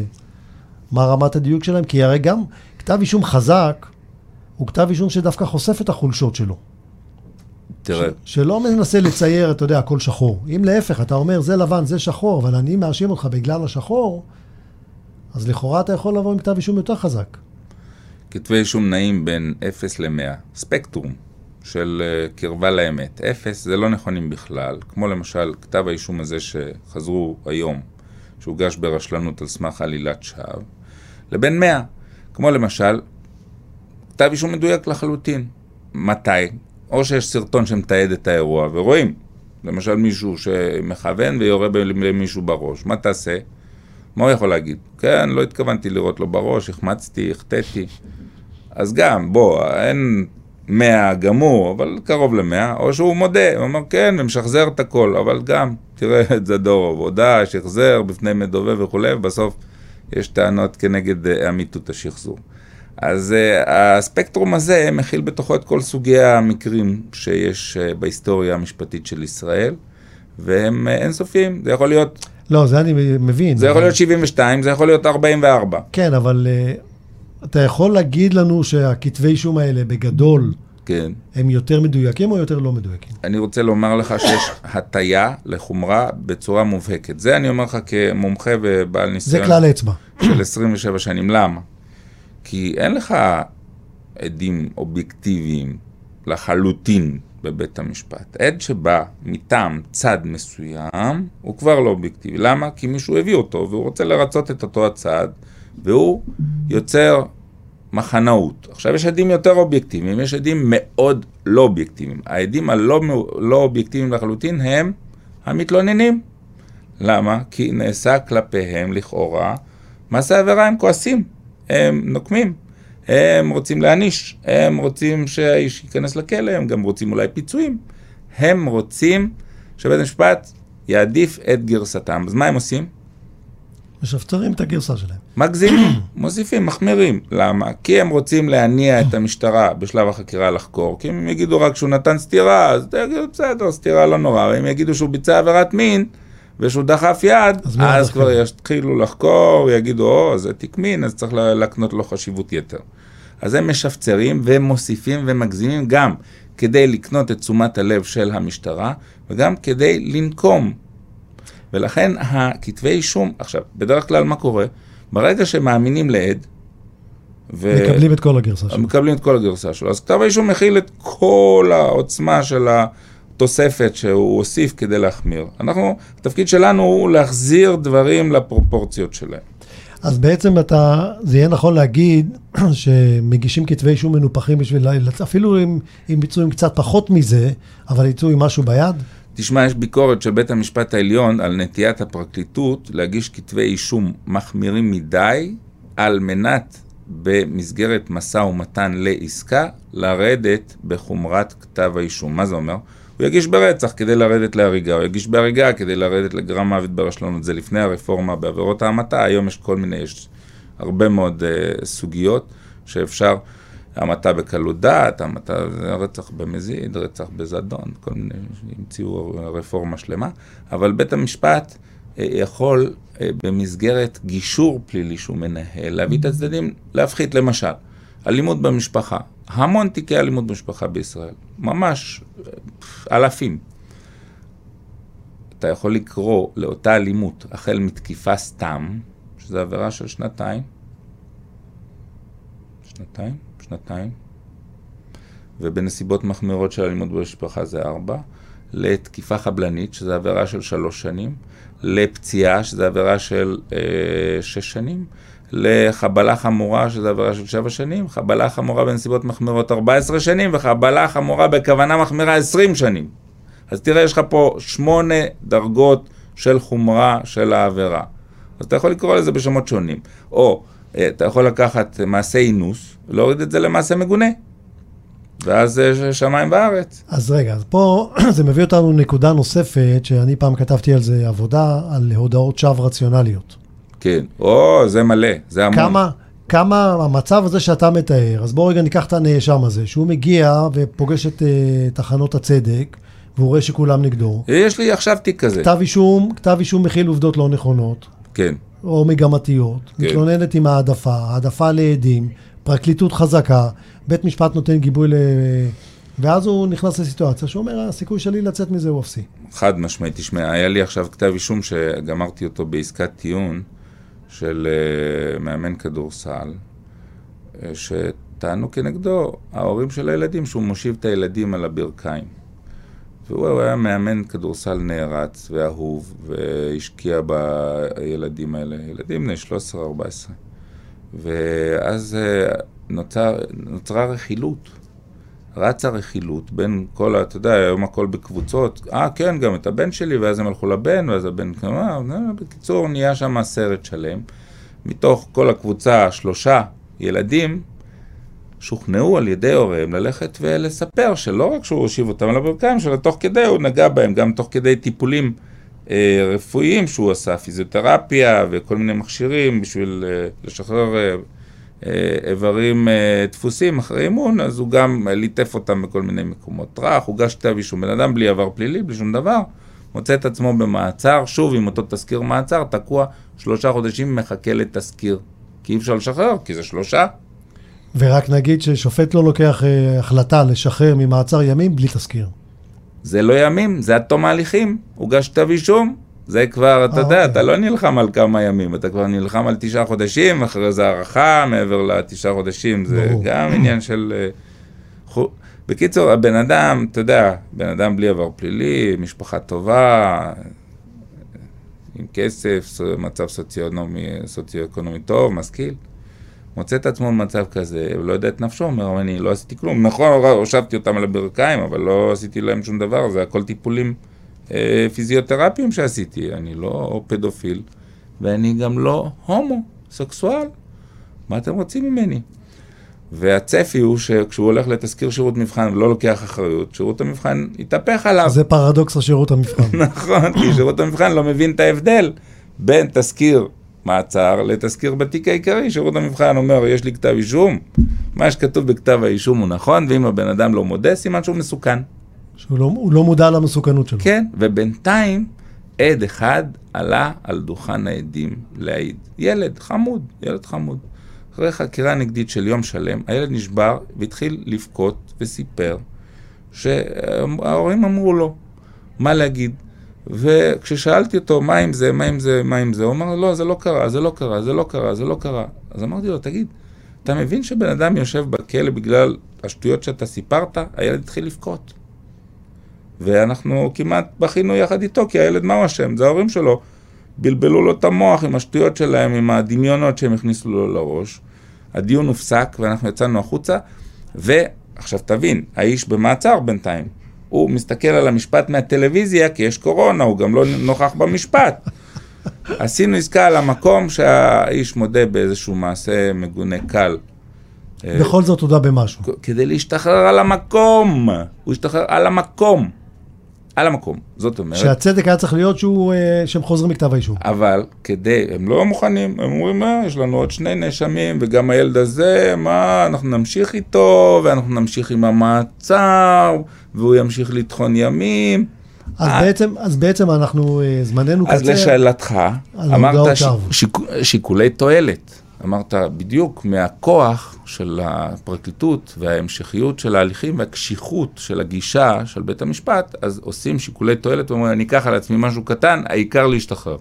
מה רמת הדיוק שלהם? כי הרי גם כתב אישום חזק הוא כתב אישום שדווקא חושף את החולשות שלו. תראה. שלא מנסה לצייר, אתה יודע, הכל שחור. אם להפך, אתה אומר, זה לבן, זה שחור, אבל אני מאשים אותך בגלל השחור, אז לכאורה אתה יכול לבוא עם כתב אישום יותר חזק. כתבי אישום נעים בין 0 ל-100. ספקטרום של קרבה לאמת. 0 זה לא נכונים בכלל. כמו למשל, כתב האישום הזה שחזרו היום, שהוגש ברשלנות על סמך עלילת שווא, לבין 100. כמו למשל, כתב אישום מדויק לחלוטין. מתי? או שיש סרטון שמתעד את האירוע, ורואים, למשל מישהו שמכוון ויורה למישהו בראש. מה תעשה? מה הוא יכול להגיד? כן, לא התכוונתי לראות לו בראש, החמצתי, החטאתי. אז גם, בוא, אין 100 גמור, אבל קרוב ל100, או שהוא מודה, הוא אומר כן, ומשחזר את הכל, אבל גם, תראה את זדורוב, הודעה, שחזר בפני מדובב וכו', ובסוף יש טענות כנגד אמיתות השחזור. אז הספקטרום הזה מכיל בתוכו את כל סוגי המקרים שיש בהיסטוריה המשפטית של ישראל, והם אינסופיים. זה יכול להיות... לא, זה אני מבין. זה יכול להיות 72, זה יכול להיות 44. כן, אבל אתה יכול להגיד לנו שהכתבי אישום האלה בגדול, כן. הם יותר מדויקים או יותר לא מדויקים? אני רוצה לומר לך שיש הטיה לחומרה בצורה מובהקת. זה אני אומר לך כמומחה ובעל ניסיון. זה כלל אצבע. של 27 שנים. למה? כי אין לך עדים אובייקטיביים לחלוטין בבית המשפט. עד שבא מטעם צד מסוים, הוא כבר לא אובייקטיבי. למה? כי מישהו הביא אותו, והוא רוצה לרצות את אותו הצד, והוא יוצר מחנאות. עכשיו יש עדים יותר אובייקטיביים, יש עדים מאוד לא אובייקטיביים. העדים הלא אובייקטיביים לחלוטין הם המתלוננים. למה? כי נעשה כלפיהם לכאורה מעשה עבירה, הם כועסים, הם נוקמים, הם רוצים להניש, הם רוצים שהאיש ייכנס לכלא, הם גם רוצים אולי פיצויים, הם רוצים שבית המשפט יעדיף את גרסתם. אז מה הם עושים? משפצרים את הגרסה שלהם. מגזימים, מוסיפים, מחמירים. למה? כי הם רוצים להניע את המשטרה בשלב החקירה לחקור, כי אם הם יגידו רק שהוא נתן סתירה, אז יגידו בסדר, סתירה לא נורא, ואם יגידו שהוא ביצע עבירת מין, ושהוא דחף יד, אז כבר יתחילו לחקור, יגידו, זה תיק מין, אז צריך להקנות לו חשיבות יתר. אז הם משפצרים ומוסיפים ומגזימים גם כדי לקנות את תשומת הלב של המשטרה, וגם כדי לנקום. ולכן הכתבי אישום, עכשיו, בדרך כלל מה קורה? ברגע שמאמינים לעד, מקבלים את כל הגרסה שלו. מקבלים את כל הגרסה שלו. אז כתב האישום מכיל את כל העוצמה של התוספת שהוא הוסיף כדי להחמיר. התפקיד שלנו הוא להחזיר דברים לפרופורציות שלהם. אז בעצם זה יהיה נכון להגיד שמגישים כתבי אישום מנופחים בשביל, אפילו אם ביצעו עם קצת פחות מזה, אבל יצאו עם משהו ביד? תשמע, יש ביקורת של בית המשפט העליון על נטיית הפרקליטות להגיש כתבי אישום מחמירים מדי, על מנת במסגרת משא ומתן לעסקה, לרדת בחומרת כתב האישום. מה זה אומר? הוא יגיש ברצח כדי לרדת להריגה, הוא יגיש בהריגה כדי לרדת לגרם מוות ברשלנות. זה לפני הרפורמה בעבירות ההמתה, היום יש יש הרבה מאוד סוגיות שאפשר, המתה בקלות דעת, המתה רצח במזיד, רצח בזדון, כל מיני, המציאו רפורמה שלמה, אבל בית המשפט יכול במסגרת גישור פלילי שהוא מנהל, להביא את הצדדים, להפחית למשל, אלימות במשפחה, המון תיקי אלימות במשפחה בישראל, ממש אלפים. אתה יכול לקרוא לאותה אלימות החל מתקיפה סתם, שזו עבירה של שנתיים, ובנסיבות מחמירות של אלימות במשפחה זה 4, לתקיפה חבלנית, שזו עבירה של 3 שנים, לפציעה, שזו עבירה של 6 שנים, לחבלה חמורה, שזו עבירה של 7 שנים, חבלה חמורה בנסיבות מחמירות 14 שנים, וחבלה חמורה בכוונה מחמירה 20 שנים. אז תראה, יש לך פה 8 דרגות של חומרה של העבירה. אז אתה יכול לקרוא לזה בשמות שונים. או אתה יכול לקחת מעשה אינוס, להוריד את זה למעשה מגונה. ואז שמיים בארץ. אז רגע, אז פה זה מביא אותנו נקודה נוספת, שאני פעם כתבתי על זה עבודה, על הודעות שווא רציונליות. כן, זה מלא, זה המון. כמה המצב הזה שאתה מתאר, אז בואו רגע ניקח את הנאשם הזה, שהוא מגיע ופוגש את תחנות הצדק, והוא רואה שכולם נגדו. יש לי עכשיו תיק כזה. כתב אישום מכיל עובדות לא נכונות. כן. או מגמתיות. כן. מתלוננת עם העדפה לעדים, פרקליטות חזקה, בית משפט נותן גיבוי ואז הוא נכנס לסיטואציה שאומר, הסיכוי שלי לצאת מזה הוא אפסי. חד משמעית, תשמע, היה לי עכשיו כתב אישום שגמרתי אותו בעסקת טיעון של מאמן כדורסל, שטענו כנגדו ההורים של הילדים, שהוא מושיב את הילדים על הברכיים. והוא היה מאמן כדורסל נערץ ואהוב, והשקיע בילדים האלה, ילדים בני 13-14. ואז נוצרה רכילות. רצה רכילות בין כל, אתה יודע, היום הכל בקבוצות, כן, גם את הבן שלי, ואז הם הלכו לבן, ואז הבן, בקיצור, נהיה שם סרט שלם. מתוך כל הקבוצה 3 ילדים, שוכנעו על ידי הוריהם ללכת ולספר שלא רק שהוא הושיב אותם על הברכיים, שלא תוך כדי הוא נגע בהם, גם תוך כדי טיפולים רפואיים שהוא עשה, פיזיותרפיה וכל מיני מכשירים בשביל לשחרר איברים דפוסים אחרי אימון, אז הוא גם ליטף אותם בכל מיני מקומות. טרח, הוגש כתב אישום, בן אדם בלי עבר פלילי, בלי שום דבר, מוצא את עצמו במעצר, שוב עם אותו תזכיר מעצר, תקוע 3 חודשים, מחכה לתזכיר. כי אי אפשר לשחרר, כי זה 3. ורק נגיד ששופט לא לוקח החלטה לשחרר ממעצר ימים בלי תזכיר. זה לא ימים, זה עד תום ההליכים. הוגש כתב אישום, זה כבר, אתה יודע, אתה לא נלחם על כמה ימים, אתה כבר נלחם על 9 חודשים, אחרי זה הערכה, מעבר ל9 חודשים, זה גם עניין של בקיצור, הבן אדם, אתה יודע, בן אדם בלי עבר פלילי, משפחה טובה, עם כסף, מצב סוציו-אקונומי טוב, משכיל, מוצא את עצמו במצב כזה, ולא יודע את נפשו, אומר, אני לא עשיתי כלום. נכון, הושבתי אותם על הברכיים, אבל לא עשיתי להם שום דבר, זה הכל טיפולים פיזיותרפיים שעשיתי. אני לא פדופיל, ואני גם לא הומו, סקסואל. מה אתם רוצים ממני? והצפי הוא שכשהוא הולך לתזכיר שירות מבחן ולא לוקח אחריות, שירות המבחן יתהפך עליו. זה פרדוקס השירות המבחן. נכון, כי שירות המבחן לא מבין את ההבדל בין תזכיר מעצר לתזכיר בתיק העיקרי. שירות המבחן אומר, יש לי כתב אישום, מה שכתוב בכתב האישום הוא נכון, ואם הבן אדם לא מודה, סימן שהוא מסוכן. שהוא לא מודע למסוכנות שלו. כן, ובינתיים עד אחד עלה על דוכן העדים להעיד. ילד חמוד. אחרי חקירה נגדית של יום שלם, הילד נשבר והתחיל לבכות וסיפר שההורים אמרו לו מה להגיד. וכששאלתי אותו מה עם זה, הוא אמר לא, זה לא קרה. אז אמרתי לו, תגיד, אתה מבין שבן אדם יושב בכלא בגלל השטויות שאתה סיפרת? הילד התחיל לבכות. ואנחנו כמעט בכינו יחד איתו, כי הילד מה הוא אשם? זה ההורים שלו. בלבלו לו את המוח עם השטויות שלהם, עם הדמיונות שהם הכניסו לו לראש. הדיון הופסק ואנחנו יצאנו החוצה, ועכשיו תבין, האיש במעצר בינתיים. הוא מסתכל על המשפט מהטלוויזיה, כי יש קורונה, הוא גם לא נוכח במשפט. עשינו עסקה על המקום שהאיש מודה באיזשהו מעשה מגונה קל. בכל זאת הודע במשהו. כדי להשתחרר על המקום. הוא השתחרר על המקום. על המקום, זאת אומרת. שהצדק היה צריך להיות שהם חוזרים מכתב האישום. אבל הם לא מוכנים, הם אומרים, יש לנו עוד 2 נאשמים, וגם הילד הזה, אנחנו נמשיך איתו, ואנחנו נמשיך עם המעצר, והוא ימשיך לטחון ימים. אז בעצם אנחנו, זמננו קצר. אז לשאלתך, אמרת שיקולי תועלת. אמרת בדיוק מהכוח של הפרקליטות וההמשכיות של ההליכים והקשיחות של הגישה של בית המשפט, אז עושים שיקולי תועלת ואומרים, אני אקח על עצמי משהו קטן, העיקר להשתחרר.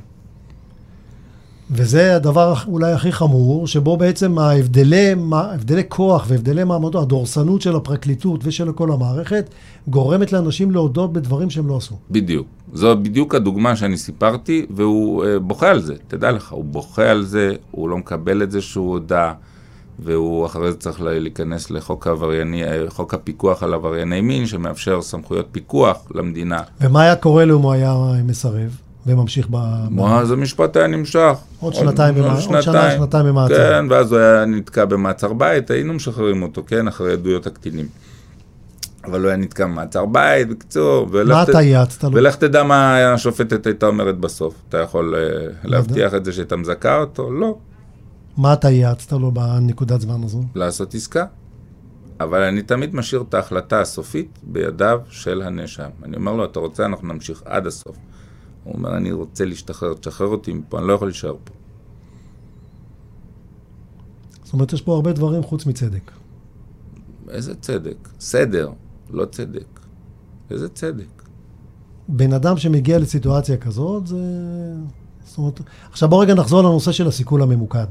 וזה הדבר אולי הכי חמור, שבו בעצם ההבדלי כוח והבדלי מעמדו, הדורסנות של הפרקליטות ושל כל המערכת, גורמת לאנשים להודות בדברים שהם לא עשו. בדיוק. זו בדיוק הדוגמה שאני סיפרתי, והוא בוכה על זה. תדע לך, הוא בוכה על זה, הוא לא מקבל את זה שהוא הודע, והוא אחרי זה צריך להיכנס לחוק הפיקוח על עברייני מין, שמאפשר סמכויות פיקוח למדינה. ומה היה קורה לו אם הוא היה מסרב? וממשיך אז המשפט היה נמשך. עוד שנתיים במעצר. כן, ואז הוא היה נתקע במעצר בית, היינו משחררים אותו, כן, אחרי עדויות הקטינים. אבל הוא היה נתקע במעצר בית, בקצור. מה אתה יעצת לו? ולך תדע מה השופטת הייתה אומרת בסוף. אתה יכול להבטיח את זה שאתה מזכה אותו? לא. מה אתה יעצת לו בנקודת זמן הזו? לעשות עסקה. אבל אני תמיד משאיר את ההחלטה הסופית בידיו של הנאשם. אני אומר לו, אתה רוצה, אנחנו נמשיך עד הסוף. הוא אומר, אני רוצה להשתחרר, תשחרר אותי מפה, אני לא יכול להישאר פה. זאת אומרת, יש פה הרבה דברים חוץ מצדק. איזה צדק? סדר, לא צדק. איזה צדק? בן אדם שמגיע לסיטואציה כזאת, זה... זאת אומרת... עכשיו בוא רגע נחזור לנושא של הסיכול הממוקד.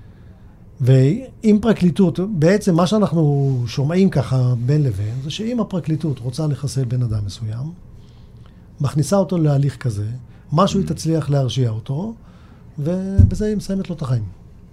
ועם פרקליטות, בעצם מה שאנחנו שומעים ככה בין לבין, זה שאם הפרקליטות רוצה לחסל בן אדם מסוים, מכניסה אותו להליך כזה, משהו היא תצליח להרשיע אותו, ובזה היא מסיימת לו את החיים.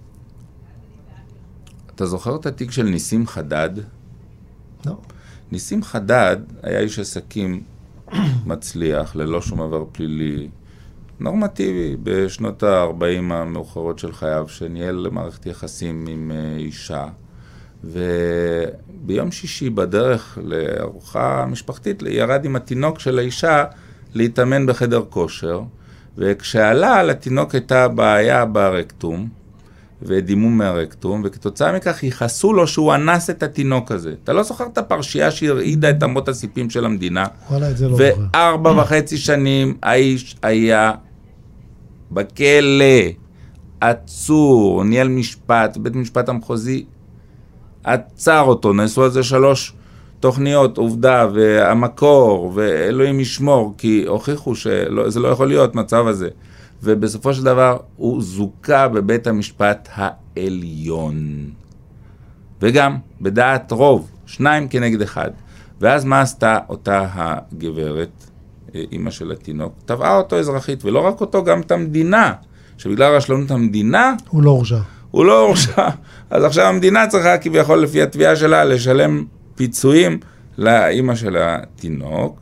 אתה זוכר את התיק של ניסים חדד? לא. ניסים חדד היה איש עסקים מצליח, ללא שום עבר פלילי, נורמטיבי, בשנות ה-40 המאוחרות של חייו, שניהל למערכת יחסים עם אישה, וביום שישי בדרך לארוחה משפחתית, ירד עם התינוק של האישה להתאמן בחדר כושר, וכשעלה לתינוק הייתה בעיה ברקטום, ודימום מהרקטום, וכתוצאה מכך ייחסו לו שהוא אנס את התינוק הזה. אתה לא זוכר את הפרשייה שהרעידה את אמות הסיפים של המדינה? וואלה, את זה לא זוכר. ו4.5 שנים האיש היה בכלא, עצור, ניהל משפט, בית משפט המחוזי עצר אותו, נעשו על זה 3 תוכניות, עובדה והמקור, ואלוהים ישמור, כי הוכיחו שזה לא יכול להיות מצב הזה. ובסופו של דבר הוא זוכה בבית המשפט העליון. וגם בדעת רוב, 2 כנגד 1. ואז מה עשתה אותה הגברת, אמא של התינוק? טבעה אותו אזרחית, ולא רק אותו, גם את המדינה, שבגלל רשלנות המדינה, הוא לא הורשע. הוא לא הורשע. אז עכשיו המדינה צריכה כביכול לפי התביעה שלה לשלם פיצויים לאמא של התינוק,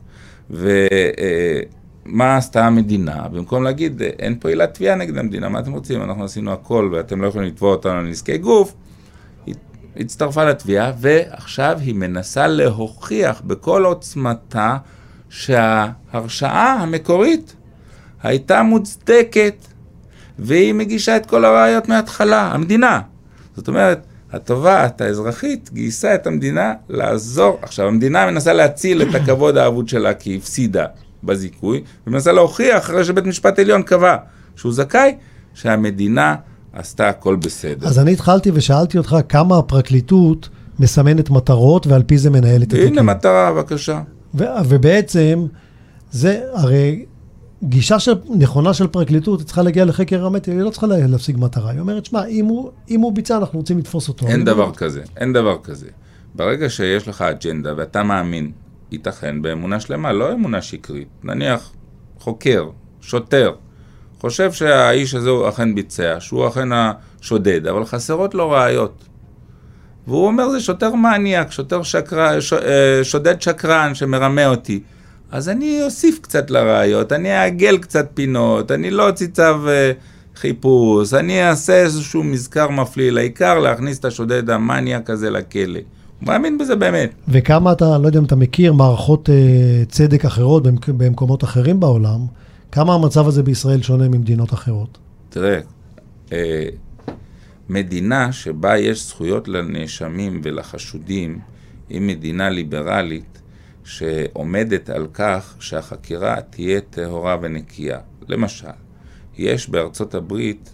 ומה עשתה המדינה? במקום להגיד, אין פה עילת תביעה נגד המדינה, מה אתם רוצים? אנחנו עשינו הכל ואתם לא יכולים לתבוע אותנו על נזקי גוף. היא הצטרפה לתביעה, ועכשיו היא מנסה להוכיח בכל עוצמתה שההרשעה המקורית הייתה מוצדקת, והיא מגישה את כל הראיות מההתחלה, המדינה. זאת אומרת, התובעת האזרחית גייסה את המדינה לעזור. עכשיו, המדינה מנסה להציל את הכבוד האבוד שלה, כי היא הפסידה בזיכוי, ומנסה להוכיח אחרי שבית משפט עליון קבע שהוא זכאי, שהמדינה עשתה הכל בסדר. אז אני התחלתי ושאלתי אותך כמה הפרקליטות מסמנת מטרות, ועל פי זה מנהלת את התיקים. הנה מטרה, בבקשה. ובעצם, זה הרי גישה נכונה של פרקליטות, היא צריכה להגיע לחקר האמת, היא לא צריכה להפסיק מטרה. היא אומרת, שמה, אם הוא ביצע, אנחנו רוצים לתפוס אותו. אין דבר כזה, אין דבר כזה. ברגע שיש לך אג'נדה ואתה מאמין, ייתכן באמונה שלמה, לא אמונה שקרית. נניח חוקר, שוטר, חושב שהאיש הזה הוא אכן ביצע, שהוא אכן השודד, אבל חסרות לו ראיות. והוא אומר, זה שוטר מניאק, שודד שקרן שמרמה אותי. אז אני אוסיף קצת לראיות, אני אעגל קצת פינות, אני לא אוציא צו חיפוש, אני אעשה איזשהו מזכר מפליל, העיקר להכניס את השודד המניאק הזה לכלא. הוא מאמין בזה באמת. וכמה אתה, לא יודע אם אתה מכיר, מערכות צדק אחרות במקומות אחרים בעולם, כמה המצב הזה בישראל שונה ממדינות אחרות? תראה, מדינה שבה יש זכויות לנאשמים ולחשודים, היא מדינה ליברלית, שעומדת על כך שהחקירה תהיה טהורה ונקייה. למשל, יש בארצות הברית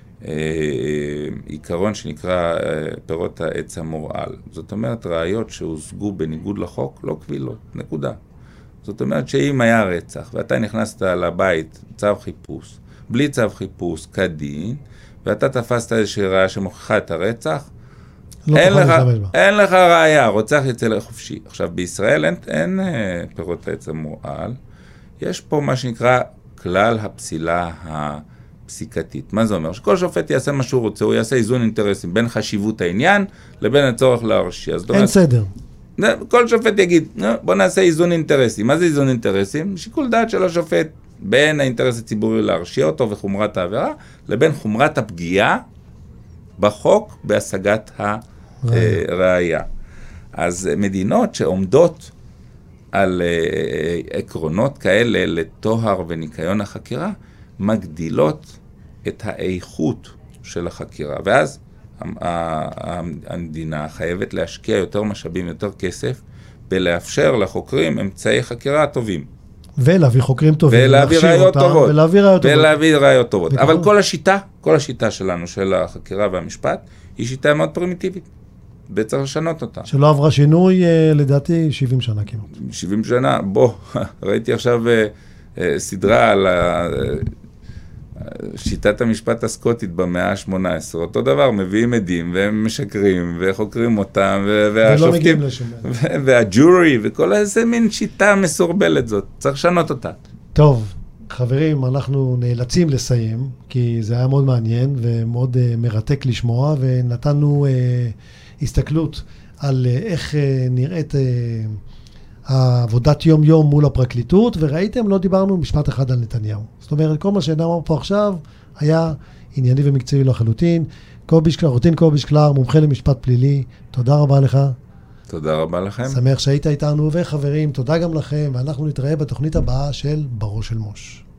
עיקרון שנקרא פירות העץ המורעל. זאת אומרת, ראיות שהושגו בניגוד לחוק לא קבילות, נקודה. זאת אומרת שאם היה רצח ואתה נכנסת לבית צו חיפוש, בלי צו חיפוש כדין, ואתה תפסת איזושהי ראיה שמוכיחה את הרצח, אין לך ראיה, רוצח יצא לחופשי. עכשיו, בישראל אין פירות העץ המורעל, יש פה מה שנקרא כלל הפסילה הפסיקתית. מה זה אומר? שכל שופט יעשה מה שהוא רוצה, הוא יעשה איזון אינטרסים בין חשיבות העניין לבין הצורך להרשיע. אין סדר. כל שופט יגיד, בוא נעשה איזון אינטרסים. מה זה איזון אינטרסים? שיקול דעת של השופט בין האינטרס הציבורי להרשיע אותו וחומרת העבירה, לבין חומרת הפגיעה בחוק בהשגת הראיה. אז מדינות שעומדות על עקרונות כאלה לטוהר וניקיון החקירה, מגדילות את האיכות של החקירה. ואז המדינה חייבת להשקיע יותר משאבים, יותר כסף, בלאפשר לחוקרים אמצעי חקירה טובים. ולהביא חוקרים טובים. ולהביא ראיות טובות. ולהביא ראיות טובות. אבל כל השיטה שלנו, של החקירה והמשפט, היא שיטה מאוד פרימיטיבית. וצריך לשנות אותה. שלא עברה שינוי, לדעתי, 70 שנה כמעט. 70 שנה, ראיתי עכשיו סדרה על שיטת המשפט הסקוטית במאה ה-18. אותו דבר, מביאים עדים, והם משקרים, וחוקרים אותם, והשופטים, והג'ורי, וכל איזה מין שיטה מסורבלת זאת. צריך לשנות אותה. טוב, חברים, אנחנו נאלצים לסיים, כי זה היה מאוד מעניין, ומאוד מרתק לשמוע, ונתנו הסתכלות על איך נראית העבודת יום-יום מול הפרקליטות, וראיתם, לא דיברנו משפט אחד על נתניהו. זאת אומרת, כל מה שנאמר פה עכשיו היה ענייני ומקצועי לחלוטין. עורך-דין קובי שקלר, מומחה למשפט פלילי, תודה רבה לך. תודה רבה לכם. שמח שהיית איתנו, וחברים, תודה גם לכם, ואנחנו נתראה בתוכנית הבאה של בראש של מוש.